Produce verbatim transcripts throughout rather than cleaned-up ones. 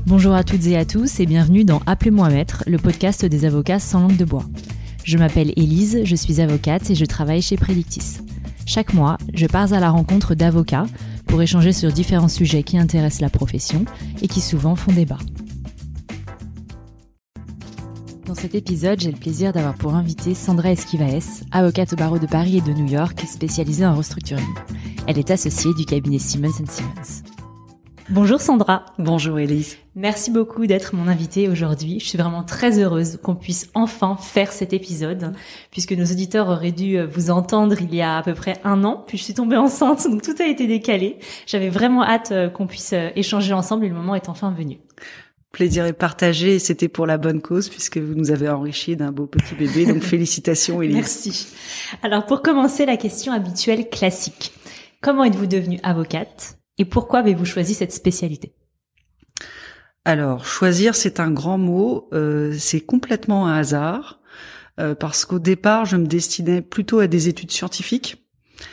Bonjour à toutes et à tous et bienvenue dans Appelez-moi Maître, le podcast des avocats sans langue de bois. Je m'appelle Élise, je suis avocate et je travaille chez Predictis. Chaque mois, je pars à la rencontre d'avocats pour échanger sur différents sujets qui intéressent la profession et qui souvent font débat. Dans cet épisode, j'ai le plaisir d'avoir pour invitée Sandra Esquivaes, avocate au barreau de Paris et de New York, spécialisée en restructuring. Elle est associée du cabinet Simmons and Simmons. Bonjour Sandra. Bonjour Élise. Merci beaucoup d'être mon invitée aujourd'hui. Je suis vraiment très heureuse qu'on puisse enfin faire cet épisode, puisque nos auditeurs auraient dû vous entendre il y a à peu près un an, puis je suis tombée enceinte, donc tout a été décalé. J'avais vraiment hâte qu'on puisse échanger ensemble et le moment est enfin venu. Plaisir est partagé et c'était pour la bonne cause puisque vous nous avez enrichi d'un beau petit bébé, donc félicitations Élise. Merci. Alors pour commencer, la question habituelle classique. Comment êtes-vous devenue avocate ? Et pourquoi avez-vous choisi cette spécialité ? Alors, choisir, c'est un grand mot. Euh, c'est complètement un hasard euh, parce qu'au départ, je me destinais plutôt à des études scientifiques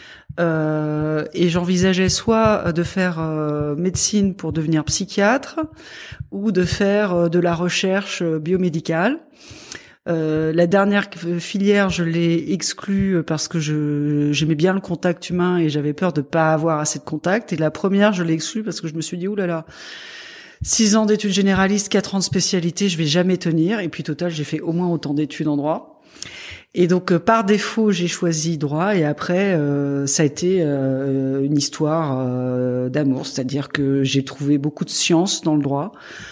euh, et j'envisageais soit de faire euh, médecine pour devenir psychiatre ou de faire euh, de la recherche euh, biomédicale. Euh, la dernière filière, je l'ai exclue parce que je j'aimais bien le contact humain et j'avais peur de pas avoir assez de contact. Et la première, je l'ai exclue parce que je me suis dit ouh là là, six ans d'études généralistes, quatre ans de spécialité, je vais jamais tenir. Et puis total, j'ai fait au moins autant d'études en droit. Et donc euh, par défaut, j'ai choisi droit. Et après, euh, ça a été euh, une histoire euh, d'amour, c'est-à-dire que j'ai trouvé beaucoup de science dans le droit.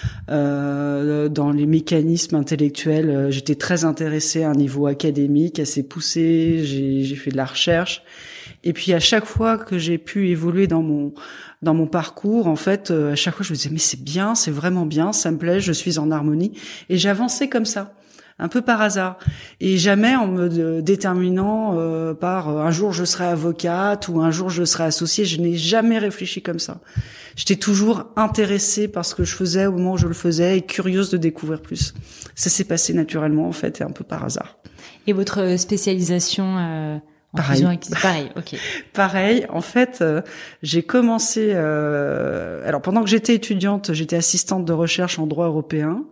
Euh, dans les mécanismes intellectuels, euh, j'étais très intéressée à un niveau académique, assez poussé, j'ai, j'ai fait de la recherche. Et puis à chaque fois que j'ai pu évoluer dans mon dans mon parcours, en fait, euh, à chaque fois je me disais mais c'est bien, c'est vraiment bien, ça me plaît, je suis en harmonie. Et j'avançais comme ça, un peu par hasard, et jamais en me de, déterminant euh, par euh, un jour je serai avocate ou un jour je serai associée. Je n'ai jamais réfléchi comme ça. J'étais toujours intéressée par ce que je faisais au moment où je le faisais et curieuse de découvrir plus. Ça s'est passé naturellement en fait et un peu par hasard. Et votre spécialisation euh, en Pareil. fusion avec... Pareil, ok. Pareil. En fait, euh, j'ai commencé. Euh, alors pendant que j'étais étudiante, j'étais assistante de recherche en droit européen.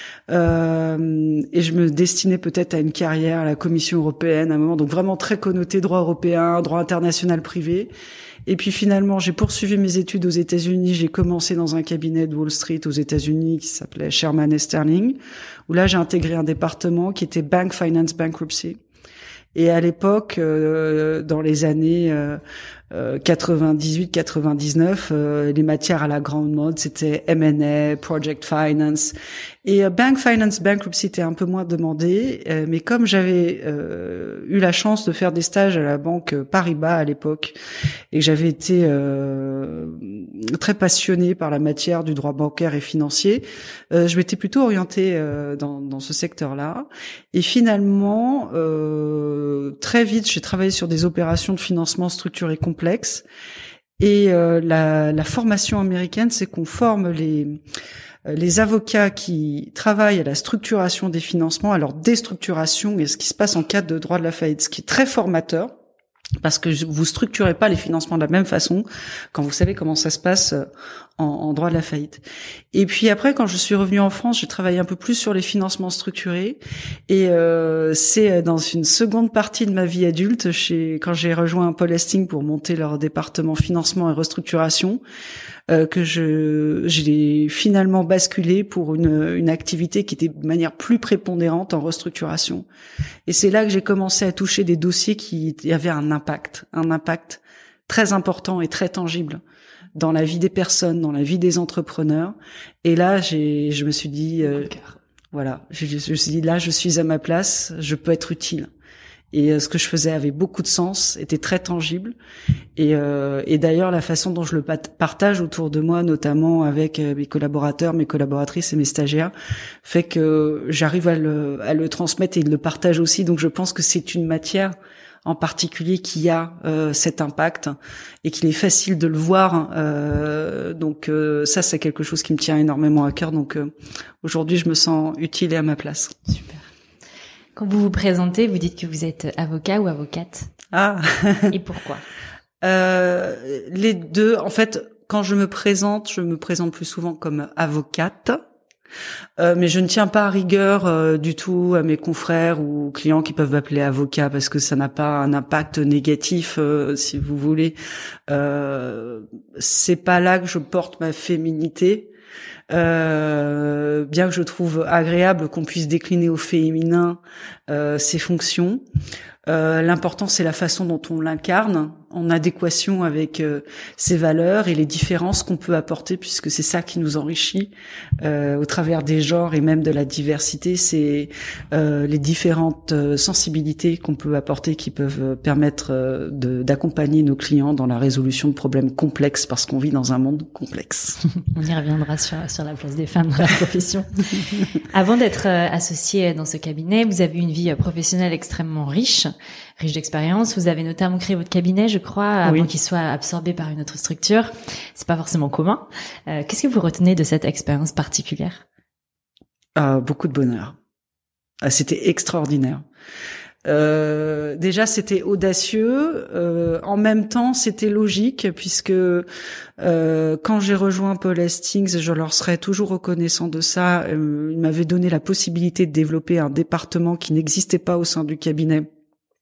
Euh, et je me destinais peut-être à une carrière à la Commission européenne à un moment, donc vraiment très connoté droit européen, droit international privé. Et puis finalement, j'ai poursuivi mes études aux États-Unis. J'ai commencé dans un cabinet de Wall Street aux États-Unis qui s'appelait Sherman et Sterling, où là j'ai intégré un département qui était Bank Finance Bankruptcy. Et à l'époque, euh, dans les années euh, euh, quatre-vingt-dix-huit quatre-vingt-dix-neuf, euh, les matières à la grande mode, c'était M and A, Project Finance. Et euh, Bank Finance Bankruptcy était un peu moins demandé, euh, mais comme j'avais euh, eu la chance de faire des stages à la banque Paribas à l'époque, et que j'avais été euh, très passionnée par la matière du droit bancaire et financier, euh, je m'étais plutôt orientée euh, dans, dans ce secteur-là. Et finalement, euh, très vite, j'ai travaillé sur des opérations de financement structurées complexes. Et euh, la, la formation américaine, c'est qu'on forme les les avocats qui travaillent à la structuration des financements, à leur déstructuration et ce qui se passe en cas de droit de la faillite, ce qui est très formateur. Parce que vous structurez pas les financements de la même façon quand vous savez comment ça se passe en, en droit de la faillite. Et puis après, quand je suis revenue en France, j'ai travaillé un peu plus sur les financements structurés. Et euh, c'est dans une seconde partie de ma vie adulte, chez, quand j'ai rejoint Paul Hastings pour monter leur département financement et restructuration, euh, que je j'ai finalement basculé pour une, une activité qui était de manière plus prépondérante en restructuration. Et c'est là que j'ai commencé à toucher des dossiers qui avaient un impact, un impact très important et très tangible dans la vie des personnes, dans la vie des entrepreneurs. Et là, j'ai, je me suis dit, euh, voilà, je, je me suis dit là, je suis à ma place, je peux être utile. Et euh, ce que je faisais avait beaucoup de sens, était très tangible. Et, euh, et d'ailleurs, la façon dont je le partage autour de moi, notamment avec mes collaborateurs, mes collaboratrices et mes stagiaires, fait que j'arrive à le, à le transmettre et ils le partagent aussi. Donc, je pense que c'est une matière en particulier qui a euh, cet impact et qu'il est facile de le voir. Euh, donc, euh, ça, c'est quelque chose qui me tient énormément à cœur. Donc, euh, aujourd'hui, je me sens utile et à ma place. Super. Quand vous vous présentez, vous dites que vous êtes avocat ou avocate. Ah. Et pourquoi? euh, Les deux. En fait, quand je me présente, je me présente plus souvent comme avocate. Euh, mais je ne tiens pas à rigueur euh, du tout à mes confrères ou clients qui peuvent m'appeler avocat parce que ça n'a pas un impact négatif, euh, si vous voulez. Euh, c'est pas là que je porte ma féminité. Euh, bien que je trouve agréable qu'on puisse décliner au féminin euh, ses fonctions. Euh, l'important, c'est la façon dont on l'incarne, en adéquation avec euh, ses valeurs et les différences qu'on peut apporter, puisque c'est ça qui nous enrichit euh, au travers des genres et même de la diversité. C'est euh, les différentes euh, sensibilités qu'on peut apporter qui peuvent euh, permettre euh, de, d'accompagner nos clients dans la résolution de problèmes complexes, parce qu'on vit dans un monde complexe. On y reviendra sur, sur la place des femmes dans la profession. Avant d'être euh, associée dans ce cabinet, vous avez une vie professionnelle extrêmement riche. riche d'expérience. Vous avez notamment créé votre cabinet, je crois, avant oui. qu'il soit absorbé par une autre structure. C'est pas forcément commun. Euh, qu'est-ce que vous retenez de cette expérience particulière ? Ah, beaucoup de bonheur. Ah, c'était extraordinaire. Euh, déjà, c'était audacieux. Euh, en même temps, c'était logique puisque euh, quand j'ai rejoint Paul Hastings, je leur serai toujours reconnaissant de ça. Euh, ils m'avaient donné la possibilité de développer un département qui n'existait pas au sein du cabinet,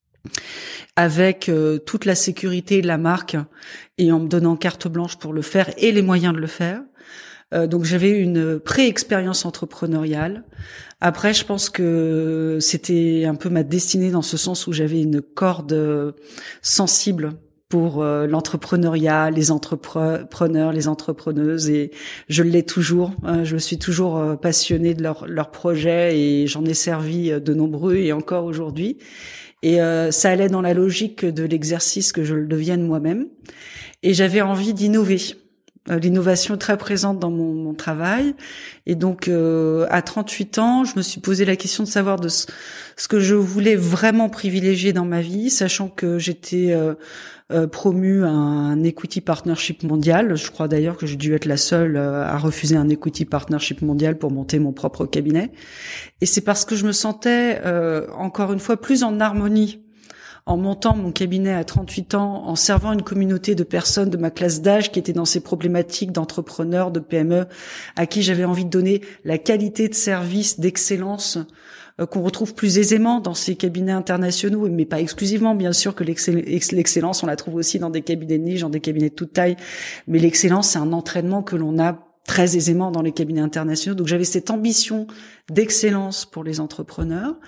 avec euh, toute la sécurité de la marque et en me donnant carte blanche pour le faire et les moyens de le faire. Euh, donc j'avais une pré-expérience entrepreneuriale. Après, je pense que c'était un peu ma destinée dans ce sens où j'avais une corde sensible pour euh, l'entrepreneuriat, les entrepreneurs, les entrepreneuses, et je l'ai toujours. Euh, je suis toujours euh, passionnée de leurs leur projets et j'en ai servi de nombreux et encore aujourd'hui. Et euh, ça allait dans la logique de l'exercice que je le devienne moi-même. Et j'avais envie d'innover. Euh, l'innovation est très présente dans mon, mon travail. Et donc, euh, à trente-huit ans, je me suis posé la question de savoir de ce, ce que je voulais vraiment privilégier dans ma vie, sachant que j'étais euh, euh, promue à un equity partnership mondial. Je crois d'ailleurs que j'ai dû être la seule euh, à refuser un equity partnership mondial pour monter mon propre cabinet. Et c'est parce que je me sentais, euh, encore une fois, plus en harmonie en montant mon cabinet à trente-huit ans, en servant une communauté de personnes de ma classe d'âge qui étaient dans ces problématiques d'entrepreneurs, de P M E, à qui j'avais envie de donner la qualité de service, d'excellence euh, qu'on retrouve plus aisément dans ces cabinets internationaux, mais pas exclusivement, bien sûr que l'excellence, on la trouve aussi dans des cabinets de niche, dans des cabinets de toute taille, mais l'excellence, c'est un entraînement que l'on a très aisément dans les cabinets internationaux. Donc j'avais cette ambition d'excellence pour les entrepreneurs.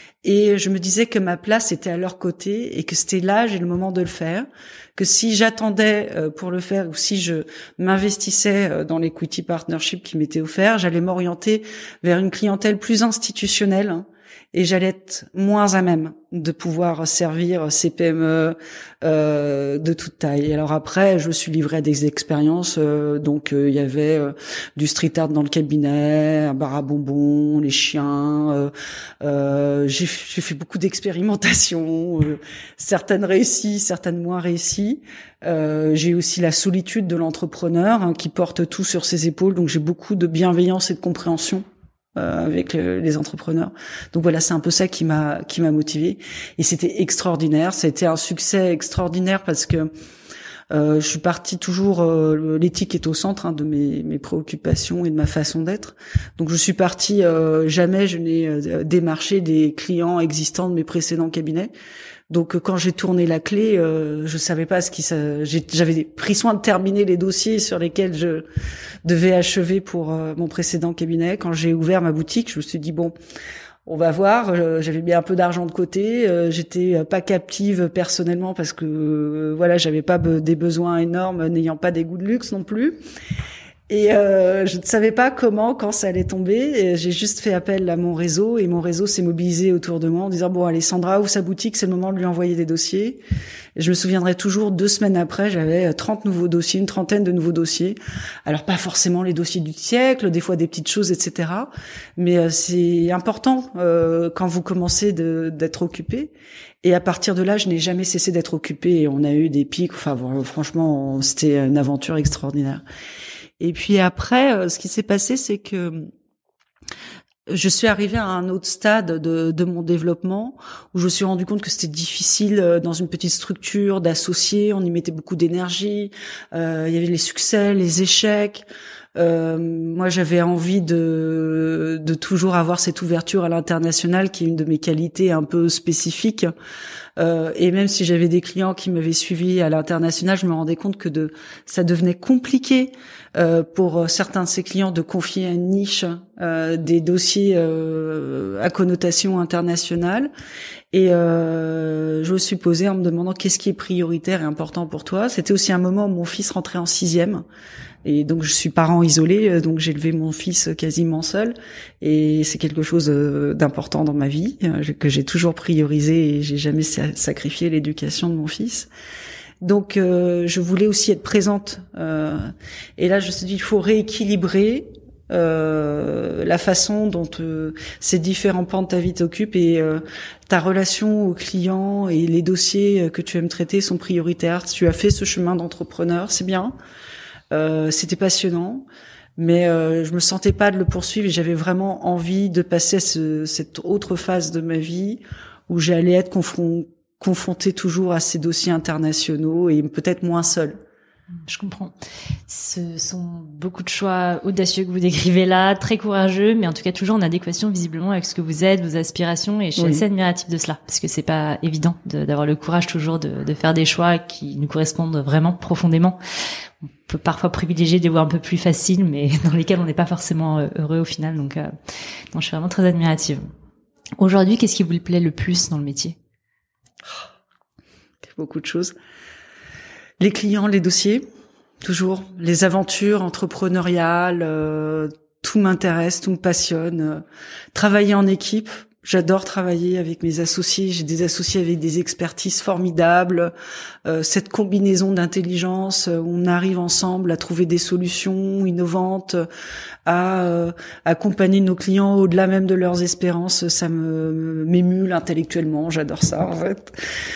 Et je me disais que ma place était à leur côté et que c'était l'âge et le moment de le faire, que si j'attendais pour le faire ou si je m'investissais dans l'equity partnership qui m'était offert, j'allais m'orienter vers une clientèle plus institutionnelle et j'allais être moins à même de pouvoir servir ces P M E euh, de toute taille. Et alors après, je me suis livrée à des expériences. Euh, donc euh, il y avait euh, du street art dans le cabinet, un bar à bonbons, les chiens. Euh, euh, j'ai, j'ai fait beaucoup d'expérimentations, euh, certaines réussies, certaines moins réussies. Euh, j'ai aussi la solitude de l'entrepreneur hein, qui porte tout sur ses épaules. Donc j'ai beaucoup de bienveillance et de compréhension Euh, avec le, les entrepreneurs. Donc voilà, c'est un peu ça qui m'a qui m'a motivée et c'était extraordinaire. Ça a été un succès extraordinaire parce que euh, je suis partie toujours euh, l'éthique est au centre hein, de mes mes préoccupations et de ma façon d'être. Donc je suis partie euh, jamais je n'ai euh, démarché des clients existants de mes précédents cabinets. Donc quand j'ai tourné la clé, euh, je savais pas ce qui ça, j'ai, j'avais pris soin de terminer les dossiers sur lesquels je devais achever pour euh, mon précédent cabinet. Quand j'ai ouvert ma boutique, je me suis dit bon, on va voir. Euh, j'avais mis un peu d'argent de côté. Euh, j'étais pas captive personnellement parce que euh, voilà, j'avais pas be- des besoins énormes, n'ayant pas des goûts de luxe non plus. Et euh, je ne savais pas comment, quand ça allait tomber. Et j'ai juste fait appel à mon réseau et mon réseau s'est mobilisé autour de moi en disant bon, allez, Sandra ouvre sa boutique, c'est le moment de lui envoyer des dossiers. Et je me souviendrai toujours, deux semaines après, j'avais trente nouveaux dossiers, une trentaine de nouveaux dossiers. Alors pas forcément les dossiers du siècle, des fois des petites choses, et cetera. Mais euh, c'est important euh, quand vous commencez de, d'être occupé. Et à partir de là, je n'ai jamais cessé d'être occupée. Et on a eu des pics. Enfin, franchement, c'était une aventure extraordinaire. Et puis après, ce qui s'est passé, c'est que je suis arrivée à un autre stade de, de mon développement où je me suis rendu compte que c'était difficile dans une petite structure d'associer. On y mettait beaucoup d'énergie. Euh, il y avait les succès, les échecs. Euh, moi, j'avais envie de, de toujours avoir cette ouverture à l'international, qui est une de mes qualités un peu spécifiques. Euh, et même si j'avais des clients qui m'avaient suivi à l'international, je me rendais compte que de, ça devenait compliqué euh, pour certains de ces clients de confier à une niche euh, des dossiers euh, à connotation internationale. Et euh, je me suis posée en me demandant qu'est-ce qui est prioritaire et important pour toi. C'était aussi un moment où mon fils rentrait en sixième. Et donc je suis parent isolé, donc j'ai élevé mon fils quasiment seul, et c'est quelque chose d'important dans ma vie que j'ai toujours priorisé et j'ai jamais sacrifié l'éducation de mon fils. Donc euh, je voulais aussi être présente. Euh, et là je me suis dit il faut rééquilibrer euh, la façon dont euh, ces différents pans de ta vie t'occupent et euh, ta relation aux clients et les dossiers que tu aimes traiter sont prioritaires. Tu as fait ce chemin d'entrepreneur, c'est bien. Euh, c'était passionnant, mais euh, je me sentais pas de le poursuivre et j'avais vraiment envie de passer à ce, cette autre phase de ma vie où j'allais être confron- confrontée toujours à ces dossiers internationaux et peut-être moins seule. Je comprends. Ce sont beaucoup de choix audacieux que vous décrivez là, très courageux, mais en tout cas toujours en adéquation visiblement avec ce que vous êtes, vos aspirations, et je suis oui. assez admirative de cela, parce que c'est pas évident de, d'avoir le courage toujours de, de faire des choix qui nous correspondent vraiment profondément. On peut parfois privilégier des voies un peu plus faciles, mais dans lesquelles on n'est pas forcément heureux au final. Donc, euh, non, je suis vraiment très admirative. Aujourd'hui, qu'est-ce qui vous plaît le plus dans le métier ? Beaucoup de choses. Les clients, les dossiers, toujours. Les aventures entrepreneuriales, euh, tout m'intéresse, tout me passionne. Euh, travailler en équipe, j'adore travailler avec mes associés. J'ai des associés avec des expertises formidables. Euh, cette combinaison d'intelligence, où on arrive ensemble à trouver des solutions innovantes, à euh, accompagner nos clients au-delà même de leurs espérances, ça me m'émule intellectuellement. J'adore ça en fait.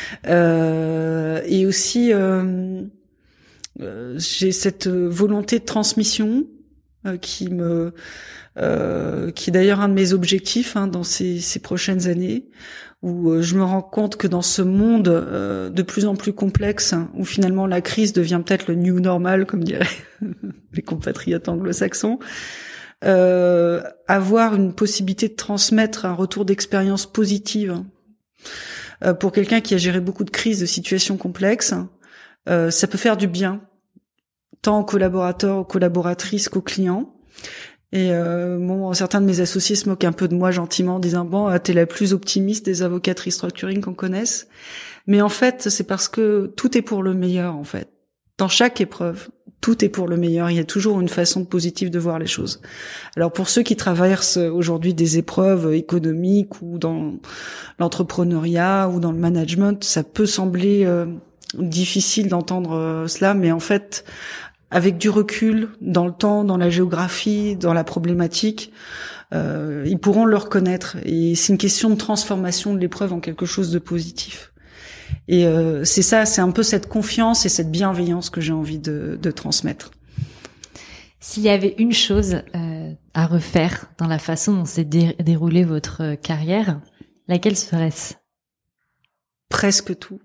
Euh, et aussi, euh, euh, j'ai cette volonté de transmission euh, qui me Euh, qui est d'ailleurs un de mes objectifs hein, dans ces, ces prochaines années, où euh, je me rends compte que dans ce monde euh, de plus en plus complexe, hein, où finalement la crise devient peut-être le new normal, comme diraient les compatriotes anglo-saxons, euh, avoir une possibilité de transmettre un retour d'expérience positive euh, pour quelqu'un qui a géré beaucoup de crises, de situations complexes, euh, ça peut faire du bien, tant aux collaborateurs, aux collaboratrices qu'aux clients. Et euh, bon, certains de mes associés se moquent un peu de moi gentiment en disant « Bon, t'es la plus optimiste des avocates restructuring qu'on connaisse. » Mais en fait, c'est parce que tout est pour le meilleur, en fait. Dans chaque épreuve, tout est pour le meilleur. Il y a toujours une façon positive de voir les choses. Alors pour ceux qui traversent aujourd'hui des épreuves économiques ou dans l'entrepreneuriat ou dans le management, ça peut sembler euh, difficile d'entendre euh, cela, mais en fait... avec du recul, dans le temps, dans la géographie, dans la problématique, euh, ils pourront le reconnaître. Et c'est une question de transformation de l'épreuve en quelque chose de positif. Et euh, c'est ça, c'est un peu cette confiance et cette bienveillance que j'ai envie de, de transmettre. S'il y avait une chose euh, à refaire dans la façon dont s'est dé- déroulée votre carrière, laquelle serait-ce ? Presque tout.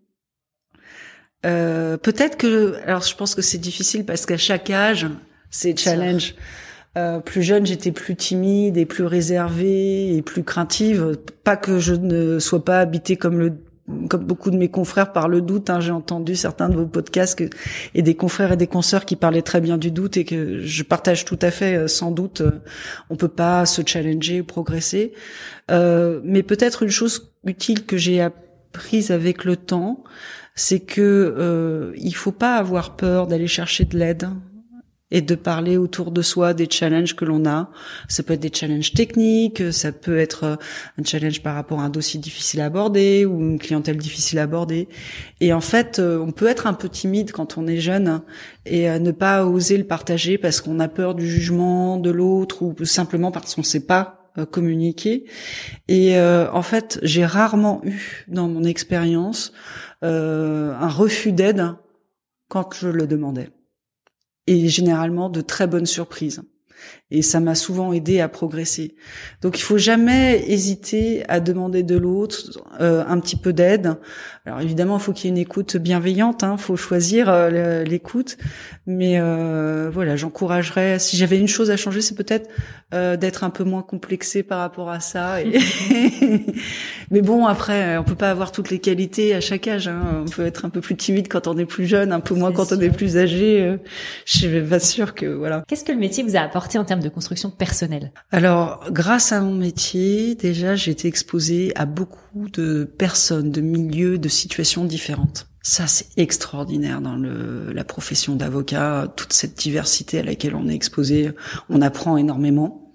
Euh, peut-être que, alors je pense que c'est difficile parce qu'à chaque âge, c'est challenge. Euh, plus jeune, j'étais plus timide et plus réservée et plus craintive. Pas que je ne sois pas habitée comme le, comme beaucoup de mes confrères par le doute. Hein. J'ai entendu certains de vos podcasts que, et des confrères et des consoeurs qui parlaient très bien du doute et que je partage tout à fait. Sans doute, on peut pas se challenger ou progresser. Euh, mais peut-être une chose utile que j'ai apprise avec le temps, c'est que euh, il faut pas avoir peur d'aller chercher de l'aide et de parler autour de soi des challenges que l'on a. Ça peut être des challenges techniques, ça peut être un challenge par rapport à un dossier difficile à aborder ou une clientèle difficile à aborder. Et en fait, on peut être un peu timide quand on est jeune et ne pas oser le partager parce qu'on a peur du jugement de l'autre ou simplement parce qu'on ne sait pas communiquer. Et euh, en fait, j'ai rarement eu dans mon expérience euh, un refus d'aide quand je le demandais. Et généralement de très bonnes surprises. Et ça m'a souvent aidé à progresser. Donc il faut jamais hésiter à demander de l'autre euh, un petit peu d'aide. Alors évidemment, il faut qu'il y ait une écoute bienveillante, hein, faut choisir euh, l'écoute. Mais euh, voilà, j'encouragerais, si j'avais une chose à changer, c'est peut-être euh, d'être un peu moins complexé par rapport à ça. Et mais bon, après, on peut pas avoir toutes les qualités à chaque âge. Hein. On peut être un peu plus timide quand on est plus jeune, un peu moins quand sûr. On est plus âgé. Euh, je suis pas sûre que voilà. Qu'est-ce que le métier vous a apporté en termes de construction personnelle? Alors, grâce à mon métier, déjà, j'ai été exposée à beaucoup de personnes, de milieux, de situations différentes. Ça, c'est extraordinaire dans le, la profession d'avocat, toute cette diversité à laquelle on est exposé. On apprend énormément.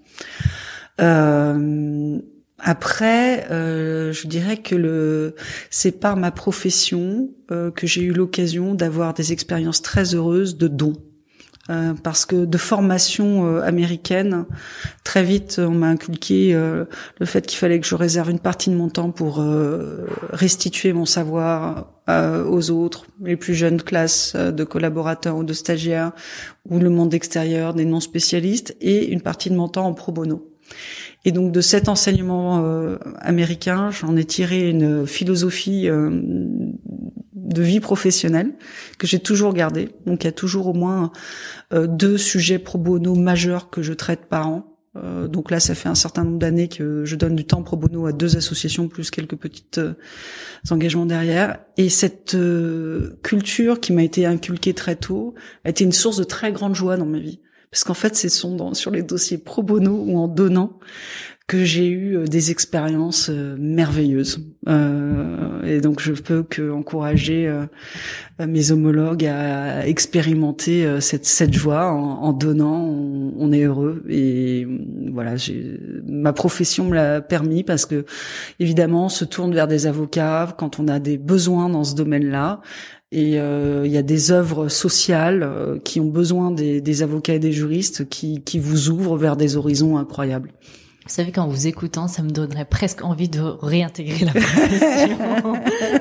Euh, après, euh, je dirais que le, c'est par ma profession euh, que j'ai eu l'occasion d'avoir des expériences très heureuses de dons. Euh, parce que de formation euh, américaine, très vite on m'a inculqué euh, le fait qu'il fallait que je réserve une partie de mon temps pour euh, restituer mon savoir euh, aux autres, les plus jeunes classes euh, de collaborateurs ou de stagiaires, ou le monde extérieur, des non spécialistes, et une partie de mon temps en pro bono. Et donc de cet enseignement euh, américain, j'en ai tiré une philosophie euh, de vie professionnelle que j'ai toujours gardée. Donc il y a toujours au moins euh, deux sujets pro bono majeurs que je traite par an. Euh, donc là, ça fait un certain nombre d'années que je donne du temps pro bono à deux associations plus quelques petites euh, engagements derrière. Et cette euh, culture qui m'a été inculquée très tôt a été une source de très grande joie dans ma vie. Parce qu'en fait, ce sont dans, sur les dossiers pro bono ou en donnant que j'ai eu des expériences euh, merveilleuses. Euh, et donc, je peux que encourager euh, mes homologues à expérimenter euh, cette, cette joie en, en donnant. On, on est heureux. Et voilà, j'ai, ma profession me l'a permis parce que, évidemment, on se tourne vers des avocats quand on a des besoins dans ce domaine-là. Et il euh, y a des œuvres sociales euh, qui ont besoin des, des avocats et des juristes qui, qui vous ouvrent vers des horizons incroyables. Vous savez, qu'en vous écoutant, ça me donnerait presque envie de réintégrer la profession.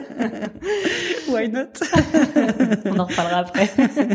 Why not? On en reparlera après.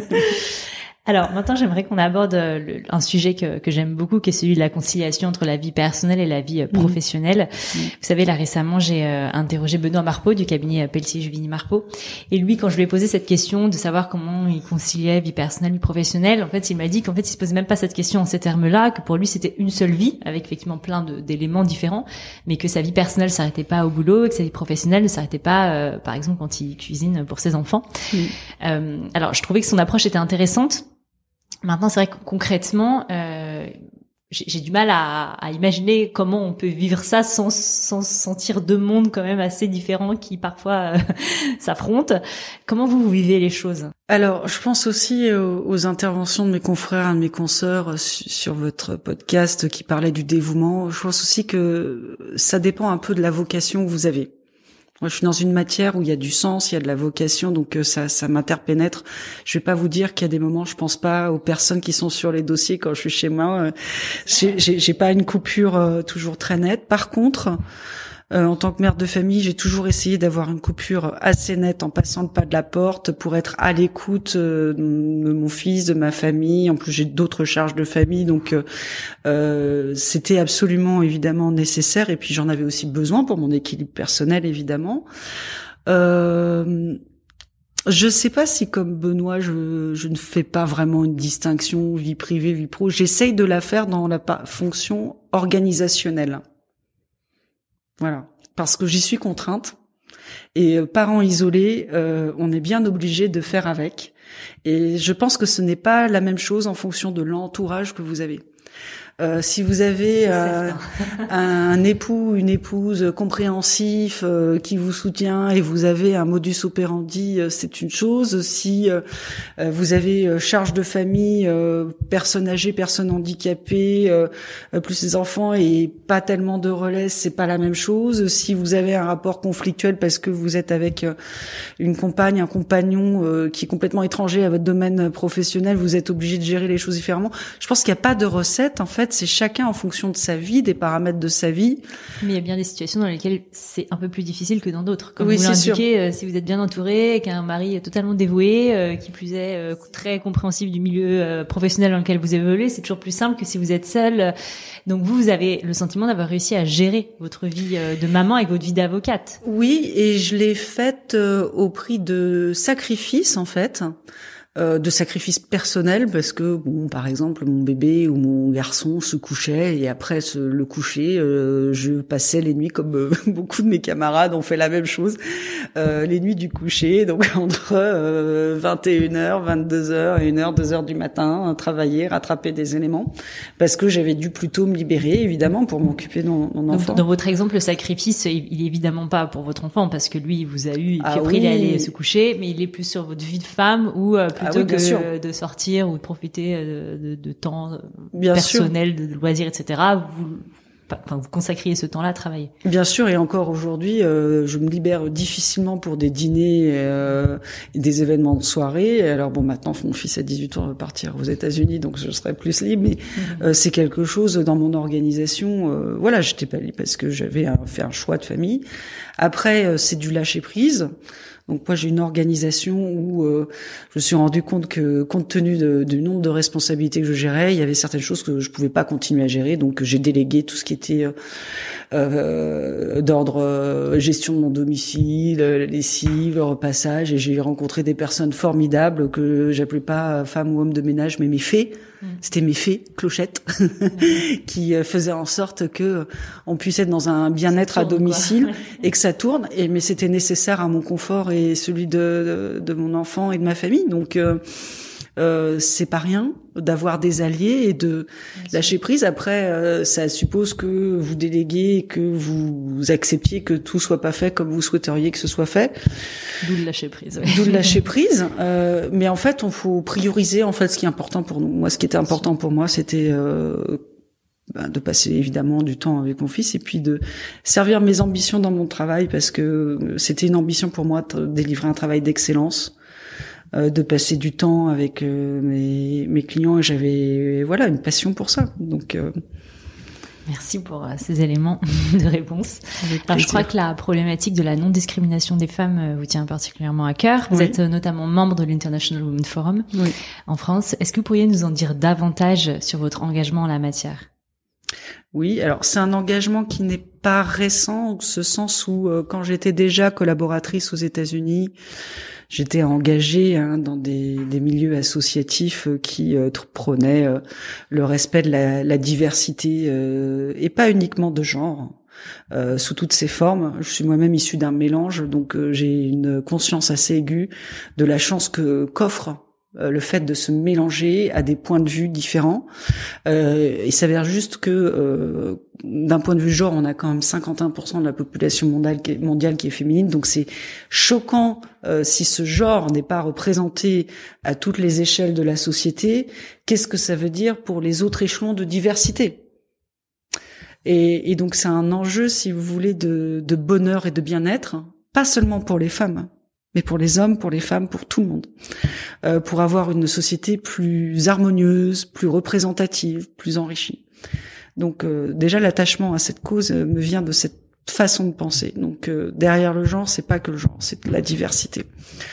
Alors maintenant, j'aimerais qu'on aborde le, un sujet que, que j'aime beaucoup, qui est celui de la conciliation entre la vie personnelle et la vie professionnelle. Mmh. Vous savez, là récemment, j'ai euh, interrogé Benoît Marpeau du cabinet Pelletier-Juvigny-Marpeau, et lui, quand je lui ai posé cette question de savoir comment il conciliait vie personnelle, vie professionnelle, en fait, il m'a dit qu'en fait, il se posait même pas cette question en ces termes-là, que pour lui, c'était une seule vie, avec effectivement plein de, d'éléments différents, mais que sa vie personnelle s'arrêtait pas au boulot, et que sa vie professionnelle ne s'arrêtait pas, euh, par exemple, quand il cuisine pour ses enfants. Mmh. Euh, alors, je trouvais que son approche était intéressante. Maintenant, c'est vrai que concrètement, euh, j'ai, j'ai du mal à, à imaginer comment on peut vivre ça sans, sans sentir deux mondes quand même assez différents qui parfois euh, s'affrontent. Comment vous, vous vivez les choses? Alors, je pense aussi aux, aux interventions de mes confrères et de mes consoeurs sur votre podcast qui parlait du dévouement. Je pense aussi que ça dépend un peu de la vocation que vous avez. Moi, je suis dans une matière où il y a du sens, il y a de la vocation, donc ça, ça m'interpénètre. Je vais pas vous dire qu'il y a des moments, je pense pas aux personnes qui sont sur les dossiers quand je suis chez moi. J'ai, j'ai, j'ai pas une coupure euh, toujours très nette. Par contre, euh, en tant que mère de famille, j'ai toujours essayé d'avoir une coupure assez nette en passant le pas de la porte pour être à l'écoute euh, de mon fils, de ma famille. En plus, j'ai d'autres charges de famille, donc euh, euh, c'était absolument évidemment nécessaire. Et puis, j'en avais aussi besoin pour mon équilibre personnel, évidemment. Euh, je sais pas si, comme Benoît, je, je ne fais pas vraiment une distinction vie privée, vie pro. J'essaye de la faire dans la fonction organisationnelle. Voilà, parce que j'y suis contrainte. Et euh, parents isolés, euh, on est bien obligé de faire avec. Et je pense que ce n'est pas la même chose en fonction de l'entourage que vous avez. Euh, si vous avez euh, un époux, une épouse compréhensif euh, qui vous soutient et vous avez un modus operandi, euh, c'est une chose. Si euh, vous avez euh, charge de famille, euh, personnes âgées, personnes handicapées, euh, plus les enfants et pas tellement de relais, c'est pas la même chose. Si vous avez un rapport conflictuel parce que vous êtes avec euh, une compagne, un compagnon euh, qui est complètement étranger à votre domaine professionnel, vous êtes obligé de gérer les choses différemment. Je pense qu'il n'y a pas de recette. En fait, c'est chacun en fonction de sa vie, des paramètres de sa vie. Mais il y a bien des situations dans lesquelles c'est un peu plus difficile que dans d'autres. Comme oui, vous l'indiquez, sûr. Euh, si vous êtes bien entouré, qu'un mari totalement dévoué, euh, qui plus est euh, très compréhensif du milieu euh, professionnel dans lequel vous évoluez, c'est toujours plus simple que si vous êtes seul. Donc vous, vous avez le sentiment d'avoir réussi à gérer votre vie euh, de maman avec votre vie d'avocate. Oui, et je l'ai faite euh, au prix de sacrifices, en fait. Euh, de sacrifices personnels, parce que bon, par exemple, mon bébé ou mon garçon se couchait et après ce, le coucher, euh, je passais les nuits comme euh, beaucoup de mes camarades ont fait la même chose, euh, les nuits du coucher, donc entre euh, vingt et une heures, vingt-deux heures et une heure, deux heures du matin, travailler, rattraper des éléments, parce que j'avais dû plutôt me libérer, évidemment, pour m'occuper de mon, mon enfant. Donc, dans votre exemple, le sacrifice, il est évidemment pas pour votre enfant, parce que lui, il vous a eu, et puis Ah après, oui. il est allé se coucher, mais il est plus sur votre vie de femme ou euh, plutôt Ah oui, bien que sûr. de sortir ou de profiter de, de, de temps Bien personnel, sûr. de loisirs, et cetera. Vous, enfin, vous consacriez ce temps-là à travailler. Bien sûr, et encore aujourd'hui, euh, je me libère difficilement pour des dîners euh, et des événements de soirée. Alors bon, maintenant, mon fils a dix-huit ans, va partir aux États-Unis, donc je serai plus libre. Mais mmh. euh, c'est quelque chose dans mon organisation. Euh, voilà, j'étais pas libre parce que j'avais un, fait un choix de famille. Après, euh, c'est du lâcher prise. Donc moi j'ai une organisation où euh, je me suis rendu compte que compte tenu de, du nombre de responsabilités que je gérais, il y avait certaines choses que je pouvais pas continuer à gérer, donc j'ai délégué tout ce qui était euh, euh, d'ordre euh, gestion de mon domicile, la lessive, le repassage, et j'ai rencontré des personnes formidables que j'appelais pas femmes ou hommes de ménage, mais mes fées. Mmh. C'était mes fées, clochettes, mmh. qui faisaient en sorte que on puisse être dans un bien-être tourne, à domicile quoi. Et que ça tourne. Et mais c'était nécessaire à mon confort et celui de, de, de mon enfant et de ma famille. Donc euh, euh, c'est pas rien d'avoir des alliés et de lâcher prise. Après, euh, ça suppose que vous déléguez, que vous acceptiez que tout soit pas fait comme vous souhaiteriez que ce soit fait. D'où le lâcher prise. Ouais. D'où le lâcher prise. Euh, mais en fait, on faut prioriser en fait ce qui est important pour nous. Moi, ce qui était important pour moi, c'était euh, bah, de passer évidemment du temps avec mon fils et puis de servir mes ambitions dans mon travail, parce que c'était une ambition pour moi de délivrer un travail d'excellence. Euh, de passer du temps avec euh, mes, mes clients, et j'avais voilà une passion pour ça. Donc euh... merci pour euh, ces éléments de réponse. Alors, je crois que la problématique de la non-discrimination des femmes euh, vous tient particulièrement à cœur. Vous oui. êtes euh, notamment membre de l'International Women's Forum oui. en France. Est-ce que vous pourriez nous en dire davantage sur votre engagement en la matière ? Oui, alors c'est un engagement qui n'est pas récent, en ce sens où euh, quand j'étais déjà collaboratrice aux États-Unis, j'étais engagée hein, dans des, des milieux associatifs euh, qui euh, prônaient euh, le respect de la, la diversité euh, et pas uniquement de genre. Euh, sous toutes ses formes. Je suis moi-même issue d'un mélange, donc euh, j'ai une conscience assez aiguë de la chance que qu'offre euh, le fait de se mélanger à des points de vue différents. Euh, il s'avère juste que euh, d'un point de vue genre, on a quand même cinquante et un pour cent de la population mondiale qui est, mondiale qui est féminine, donc c'est choquant euh, si ce genre n'est pas représenté à toutes les échelles de la société. Qu'est-ce que ça veut dire pour les autres échelons de diversité ? Et, et donc c'est un enjeu, si vous voulez, de, de bonheur et de bien-être, pas seulement pour les femmes, mais pour les hommes, pour les femmes, pour tout le monde, euh, pour avoir une société plus harmonieuse, plus représentative, plus enrichie. Donc euh, déjà l'attachement à cette cause euh, me vient de cette façon de penser. Donc euh, derrière le genre, c'est pas que le genre, c'est la diversité.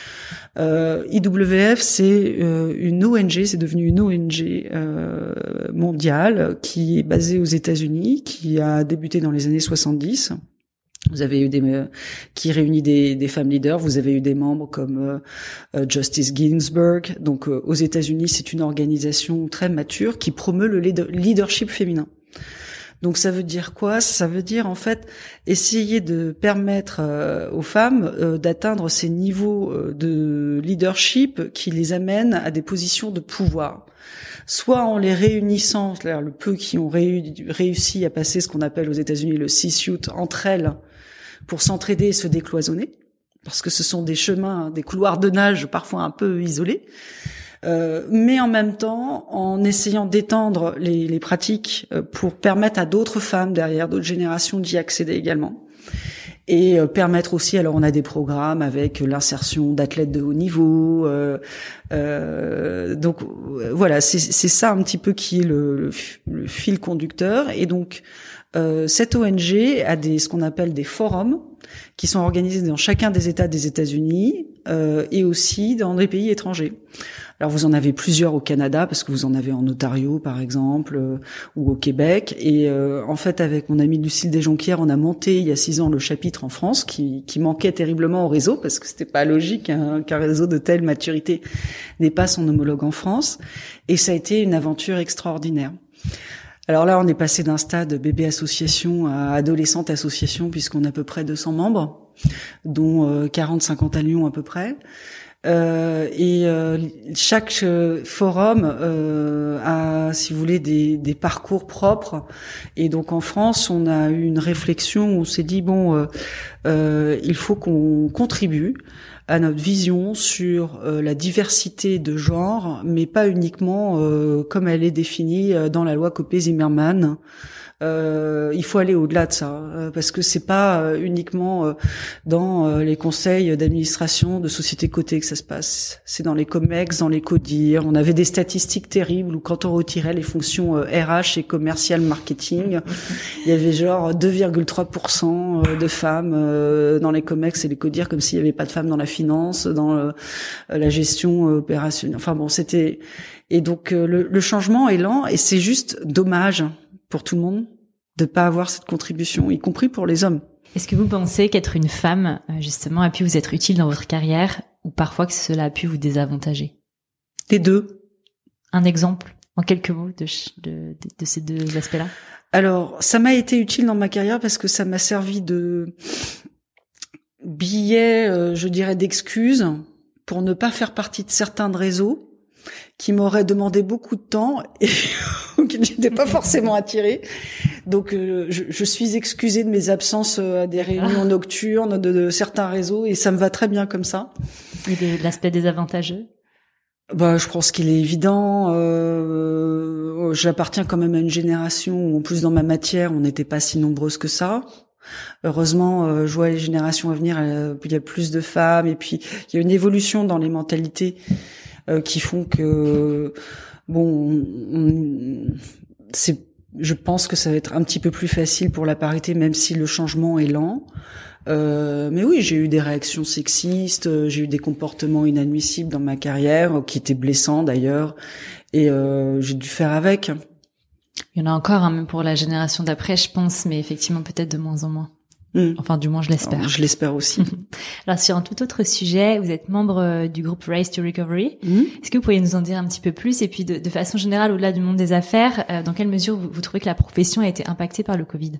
Euh, I W F, c'est euh, une O N G, c'est devenu une O N G euh, mondiale qui est basée aux États-Unis, qui a débuté dans les années soixante-dix. Vous avez eu des euh, qui réunit des, des femmes leaders. Vous avez eu des membres comme euh, Justice Ginsburg. Donc euh, aux États-Unis, c'est une organisation très mature qui promeut le leadership féminin. Donc ça veut dire quoi ? Ça veut dire en fait essayer de permettre euh, aux femmes euh, d'atteindre ces niveaux euh, de leadership qui les amènent à des positions de pouvoir. Soit en les réunissant, c'est-à-dire le peu qui ont réu- réussi à passer ce qu'on appelle aux États-Unis le C-suite entre elles pour s'entraider et se décloisonner, parce que ce sont des chemins, des couloirs de nage parfois un peu isolés. Euh, mais en même temps, en essayant d'étendre les, les pratiques euh, pour permettre à d'autres femmes derrière, d'autres générations d'y accéder également. et euh, permettre aussi, alors on a des programmes avec l'insertion d'athlètes de haut niveau, euh, euh, donc voilà, c'est, c'est ça un petit peu qui est le, le, le fil conducteur. Et donc euh, cette O N G a des ce qu'on appelle des forums qui sont organisés dans chacun des États des États-Unis euh, et aussi dans des pays étrangers. Alors vous en avez plusieurs au Canada parce que vous en avez en Ontario par exemple euh, ou au Québec. Et euh, en fait avec mon amie Lucille Desjonquières, on a monté il y a six ans le chapitre en France qui, qui manquait terriblement au réseau parce que c'était pas logique hein, qu'un réseau de telle maturité n'ait pas son homologue en France. Et ça a été une aventure extraordinaire. Alors là, on est passé d'un stade bébé association à adolescente association puisqu'on a à peu près deux cents membres, dont euh, quarante cinquante à Lyon à peu près. Euh, et euh, chaque euh, forum euh, a, si vous voulez, des, des parcours propres. Et donc en France, on a eu une réflexion où on s'est dit bon, euh, euh, il faut qu'on contribue à notre vision sur euh, la diversité de genre, mais pas uniquement euh, comme elle est définie dans la loi Copé-Zimmermann. Euh, il faut aller au-delà de ça euh, parce que c'est pas euh, uniquement euh, dans euh, les conseils d'administration de sociétés cotées que ça se passe. C'est dans les comex, dans les codir. On avait des statistiques terribles où quand on retirait les fonctions euh, R H et commercial marketing, il y avait genre deux virgule trois pour cent de femmes euh, dans les comex et les codir, comme s'il y avait pas de femmes dans la finance, dans euh, la gestion euh, opérationnelle. Enfin bon, c'était et donc euh, le, le changement est lent et c'est juste dommage pour tout le monde de pas avoir cette contribution, y compris pour les hommes. Est-ce que vous pensez qu'être une femme, justement, a pu vous être utile dans votre carrière ou parfois que cela a pu vous désavantager? Les deux. Un exemple, en quelques mots, de, de, de, de ces deux aspects-là? Alors, ça m'a été utile dans ma carrière parce que ça m'a servi de billet, euh, je dirais, d'excuse pour ne pas faire partie de certains réseaux qui m'auraient demandé beaucoup de temps et qui n'étaient pas forcément attirés. Donc, euh, je, je suis excusée de mes absences à des réunions nocturnes de, de certains réseaux et ça me va très bien comme ça. Et de, de l'aspect désavantageux? Bah, je pense qu'il est évident. Euh, j'appartiens quand même à une génération où, en plus, dans ma matière, on n'était pas si nombreuses que ça. Heureusement, euh, je vois les générations à venir, euh, il y a plus de femmes et puis il y a une évolution dans les mentalités euh, qui font que, bon, on, on, c'est, je pense que ça va être un petit peu plus facile pour la parité, même si le changement est lent. Euh, mais oui, j'ai eu des réactions sexistes, j'ai eu des comportements inadmissibles dans ma carrière, qui étaient blessants d'ailleurs, et euh, j'ai dû faire avec. Il y en a encore, hein, même pour la génération d'après, je pense, mais effectivement peut-être de moins en moins. Mmh. Enfin, du moins, je l'espère. Alors, je l'espère aussi. Alors, sur un tout autre sujet, vous êtes membre du groupe Race to Recovery. Mmh. Est-ce que vous pourriez nous en dire un petit peu plus? Et puis, de, de façon générale, au-delà du monde des affaires, euh, dans quelle mesure vous, vous trouvez que la profession a été impactée par le Covid?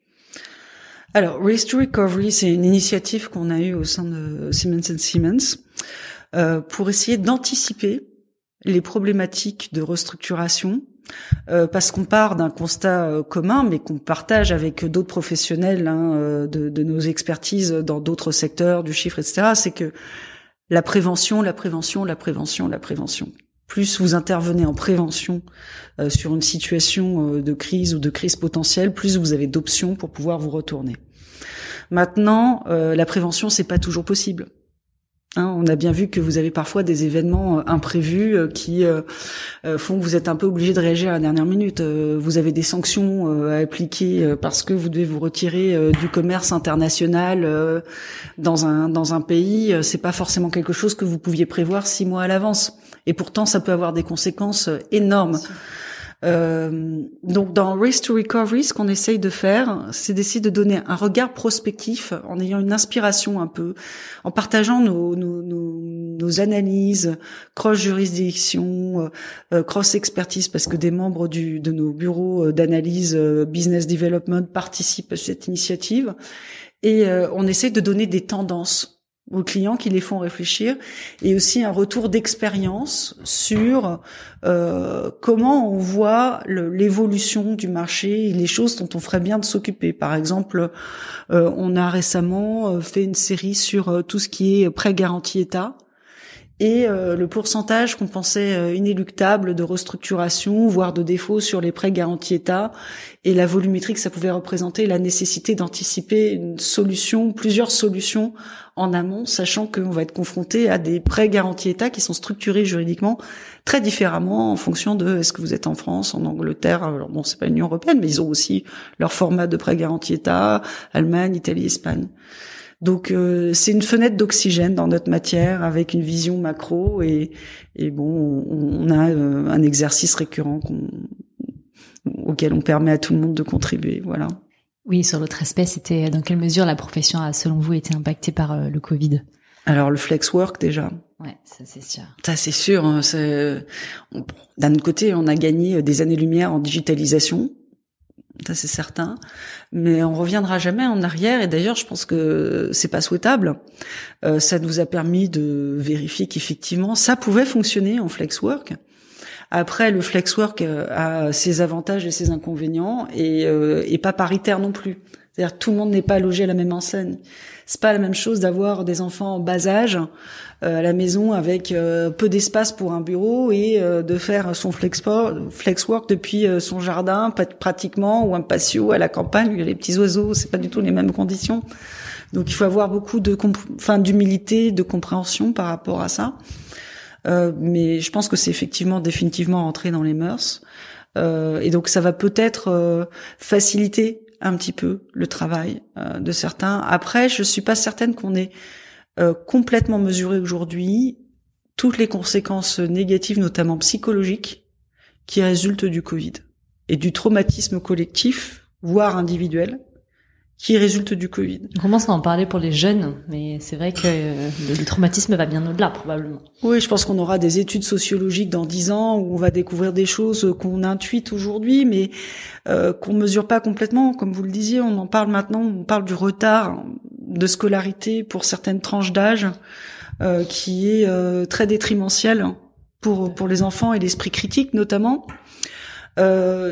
Alors, Race to Recovery, c'est une initiative qu'on a eue au sein de Siemens and Siemens euh, pour essayer d'anticiper les problématiques de restructuration, euh, parce qu'on part d'un constat euh, commun, mais qu'on partage avec d'autres professionnels hein, euh, de, de nos expertises dans d'autres secteurs du chiffre, et cetera. C'est que la prévention, la prévention, la prévention, la prévention. Plus vous intervenez en prévention euh, sur une situation euh, de crise ou de crise potentielle, plus vous avez d'options pour pouvoir vous retourner. Maintenant, euh, la prévention, c'est pas toujours possible. Hein, on a bien vu que vous avez parfois des événements euh, imprévus euh, qui euh, euh, font que vous êtes un peu obligé de réagir à la dernière minute. Euh, vous avez des sanctions euh, à appliquer euh, parce que vous devez vous retirer euh, du commerce international euh, dans un dans un pays. Euh, c'est pas forcément quelque chose que vous pouviez prévoir six mois à l'avance. Et pourtant, ça peut avoir des conséquences énormes. Euh, donc, dans Race to Recovery, ce qu'on essaye de faire, c'est d'essayer de donner un regard prospectif en ayant une inspiration un peu, en partageant nos, nos, nos, nos analyses, cross-juridiction, euh, cross-expertise, parce que des membres du, de nos bureaux d'analyse euh, business development participent à cette initiative. Et euh, on essaye de donner des tendances aux clients qui les font réfléchir et aussi un retour d'expérience sur euh, comment on voit le, l'évolution du marché et les choses dont on ferait bien de s'occuper. Par exemple, euh, on a récemment fait une série sur euh, tout ce qui est prêt garantie État et euh, le pourcentage qu'on pensait euh, inéluctable de restructuration, voire de défaut sur les prêts garantis État, et la volumétrie que ça pouvait représenter, la nécessité d'anticiper une solution, plusieurs solutions en amont, sachant qu'on va être confronté à des prêts garantis État qui sont structurés juridiquement très différemment en fonction de est-ce que vous êtes en France, en Angleterre, alors bon, c'est pas l'Union européenne, mais ils ont aussi leur format de prêts garantis État, Allemagne, Italie, Espagne. Donc euh, c'est une fenêtre d'oxygène dans notre matière avec une vision macro et, et bon, on, on a euh, un exercice récurrent qu'on, auquel on permet à tout le monde de contribuer. Voilà. Oui, sur l'autre aspect, c'était dans quelle mesure la profession a, selon vous, été impactée par euh, le Covid? Alors le flex work déjà. Ouais, ça c'est sûr. Ça c'est sûr. Hein, c'est... On, d'un autre côté, on a gagné des années-lumière en digitalisation. Ça c'est certain, mais on reviendra jamais en arrière. Et d'ailleurs, je pense que c'est pas souhaitable. Euh, ça nous a permis de vérifier qu'effectivement, ça pouvait fonctionner en flex work. Après, le flex work a ses avantages et ses inconvénients, et, euh, et pas paritaire non plus. C'est-à-dire que tout le monde n'est pas logé à la même enseigne. C'est pas la même chose d'avoir des enfants en bas âge euh, à la maison avec euh, peu d'espace pour un bureau et euh, de faire son flex, flex work depuis euh, son jardin pratiquement, ou un patio à la campagne, il y a les petits oiseaux, c'est pas du tout les mêmes conditions. Donc il faut avoir beaucoup de enfin d'humilité, de compréhension par rapport à ça. Euh, mais je pense que c'est effectivement définitivement rentré dans les mœurs. Euh, et donc ça va peut-être euh, faciliter un petit peu le travail euh, de certains. Après, je suis pas certaine qu'on ait euh, complètement mesuré aujourd'hui toutes les conséquences négatives, notamment psychologiques, qui résultent du Covid et du traumatisme collectif, voire individuel, qui résulte du Covid. On commence à en parler pour les jeunes, mais c'est vrai que euh, le traumatisme va bien au-delà, probablement. Oui, je pense qu'on aura des études sociologiques dans dix ans où on va découvrir des choses qu'on intuite aujourd'hui, mais euh, qu'on mesure pas complètement. Comme vous le disiez, on en parle maintenant, on parle du retard de scolarité pour certaines tranches d'âge, euh, qui est euh, très détrimentiel pour pour les enfants et l'esprit critique notamment. Euh,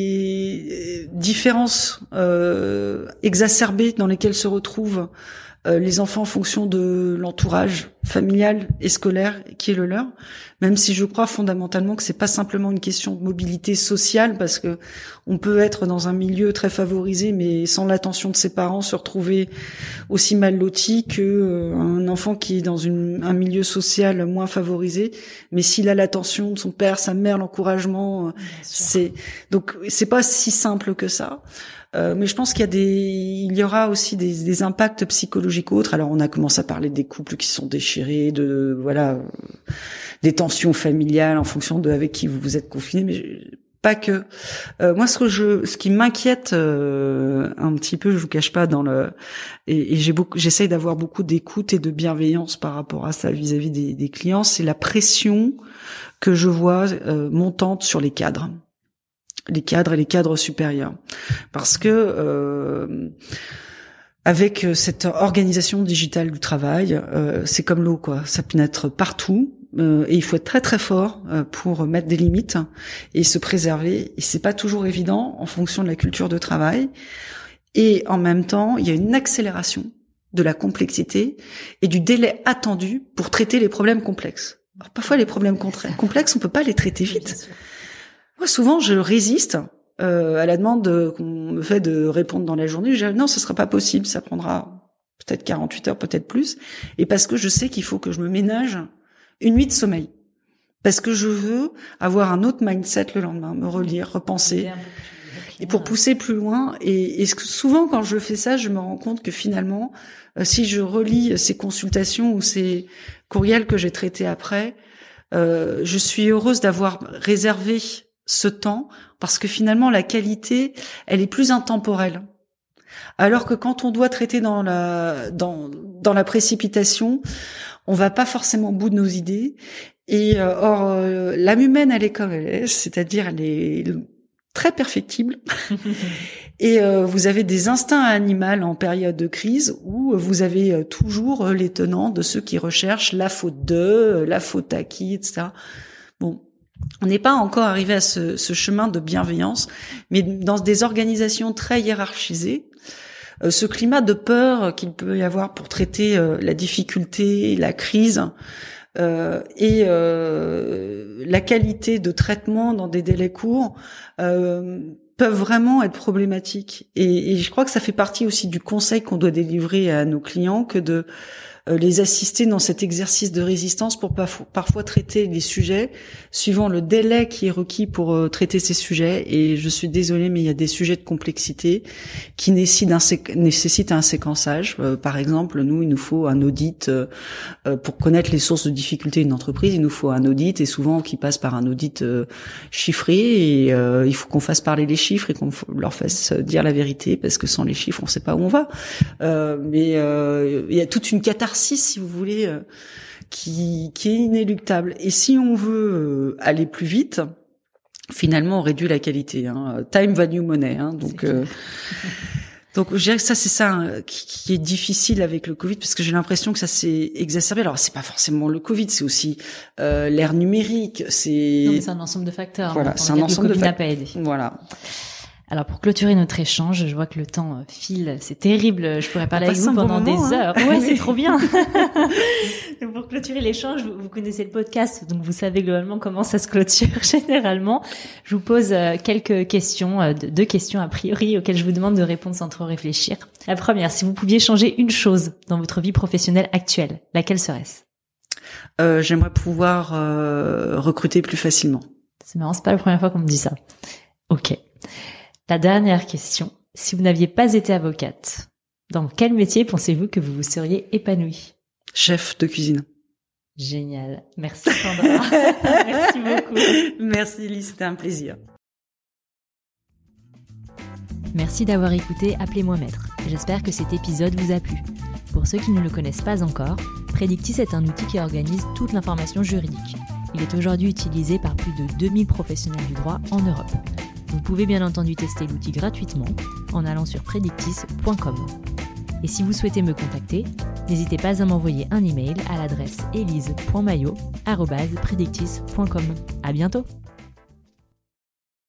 les différences euh, exacerbées dans lesquelles se retrouvent euh, les enfants en fonction de l'entourage familial et scolaire qui est le leur, même si je crois fondamentalement que c'est pas simplement une question de mobilité sociale, parce que on peut être dans un milieu très favorisé mais sans l'attention de ses parents se retrouver aussi mal loti que euh, un enfant qui est dans une, un milieu social moins favorisé, mais s'il a l'attention de son père, sa mère, l'encouragement, euh, c'est donc c'est pas si simple que ça. Euh, mais je pense qu'il y a des, il y aura aussi des, des impacts psychologiques autres. Alors on a commencé à parler des couples qui sont déchirés, de voilà, euh, des tensions familiales en fonction de avec qui vous vous êtes confinés, mais je, pas que. Euh, moi, ce que je, ce qui m'inquiète euh, un petit peu, je vous cache pas, dans le, et, et j'ai beaucoup, j'essaye d'avoir beaucoup d'écoute et de bienveillance par rapport à ça vis-à-vis des, des clients, c'est la pression que je vois euh, montante sur les cadres. les cadres et les cadres supérieurs, parce que euh, avec cette organisation digitale du travail, euh, c'est comme l'eau, quoi. Ça pénètre partout euh, et il faut être très très fort euh, pour mettre des limites et se préserver. Et c'est pas toujours évident en fonction de la culture de travail. Et en même temps, il y a une accélération de la complexité et du délai attendu pour traiter les problèmes complexes. Alors, parfois, les problèmes complexes, on peut pas les traiter vite. Moi, souvent, je résiste euh, à la demande de, qu'on me fait de répondre dans la journée. Je dis non, ce sera pas possible, ça prendra peut-être quarante-huit heures, peut-être plus. Et parce que je sais qu'il faut que je me ménage une nuit de sommeil. Parce que je veux avoir un autre mindset le lendemain, me relire, repenser. Et pour pousser plus loin. Et, et souvent, quand je fais ça, je me rends compte que finalement, euh, si je relis ces consultations ou ces courriels que j'ai traités après, euh, je suis heureuse d'avoir réservé ce temps, parce que finalement la qualité, elle est plus intemporelle. Alors que quand on doit traiter dans la dans dans la précipitation, on va pas forcément au bout de nos idées. Et euh, or euh, l'âme humaine, elle est comme elle est, c'est-à-dire elle est très perfectible. Et euh, vous avez des instincts animaux en période de crise où vous avez euh, toujours les tenants de ceux qui recherchent la faute d'eux, la faute à qui, et cetera. Bon. On n'est pas encore arrivé à ce, ce chemin de bienveillance, mais dans des organisations très hiérarchisées, euh, ce climat de peur qu'il peut y avoir pour traiter euh, la difficulté, la crise, euh, et euh, la qualité de traitement dans des délais courts euh, peuvent vraiment être problématiques. Et, et je crois que ça fait partie aussi du conseil qu'on doit délivrer à nos clients que de les assister dans cet exercice de résistance pour parfois traiter les sujets suivant le délai qui est requis pour euh, traiter ces sujets. Et je suis désolée, mais il y a des sujets de complexité qui nécessitent un, sé- nécessitent un séquençage. Euh, par exemple, nous, il nous faut un audit euh, pour connaître les sources de difficultés d'une entreprise. Il nous faut un audit, et souvent qui passe par un audit euh, chiffré. Et euh, il faut qu'on fasse parler les chiffres et qu'on f- leur fasse dire la vérité, parce que sans les chiffres, on ne sait pas où on va. Euh, mais euh, il y a toute une catharsis, si vous voulez, euh, qui, qui est inéluctable. Et si on veut euh, aller plus vite, finalement, on réduit la qualité. Hein. Time value money. Hein. Donc, euh, donc, je dirais que ça, c'est ça hein, qui, qui est difficile avec le Covid, parce que j'ai l'impression que ça s'est exacerbé. Alors, c'est pas forcément le Covid, c'est aussi euh, l'ère numérique. C'est non, mais c'est un ensemble de facteurs. Voilà, c'est un ensemble de facteurs. Le Covid n'a pas aidé. Voilà. Alors pour clôturer notre échange, je vois que le temps file, c'est terrible, je pourrais parler avec vous pendant des hein. heures. Ouais, c'est trop bien. Donc pour clôturer l'échange, vous, vous connaissez le podcast, donc vous savez globalement comment ça se clôture généralement. Je vous pose quelques questions, deux questions a priori auxquelles je vous demande de répondre sans trop réfléchir. La première, si vous pouviez changer une chose dans votre vie professionnelle actuelle, laquelle serait-ce ? euh, J'aimerais pouvoir euh, recruter plus facilement. C'est marrant, c'est pas la première fois qu'on me dit ça. Ok. La dernière question, si vous n'aviez pas été avocate, dans quel métier pensez-vous que vous vous seriez épanouie ? Chef de cuisine. Génial. Merci Sandra. Merci beaucoup. Merci Elise, c'était un plaisir. Merci d'avoir écouté Appelez-moi Maître. J'espère que cet épisode vous a plu. Pour ceux qui ne le connaissent pas encore, Predictis est un outil qui organise toute l'information juridique. Il est aujourd'hui utilisé par plus de deux mille professionnels du droit en Europe. Vous pouvez bien entendu tester l'outil gratuitement en allant sur predictis point com. Et si vous souhaitez me contacter, n'hésitez pas à m'envoyer un email à l'adresse elise point maillot arobase predictis point com. À bientôt!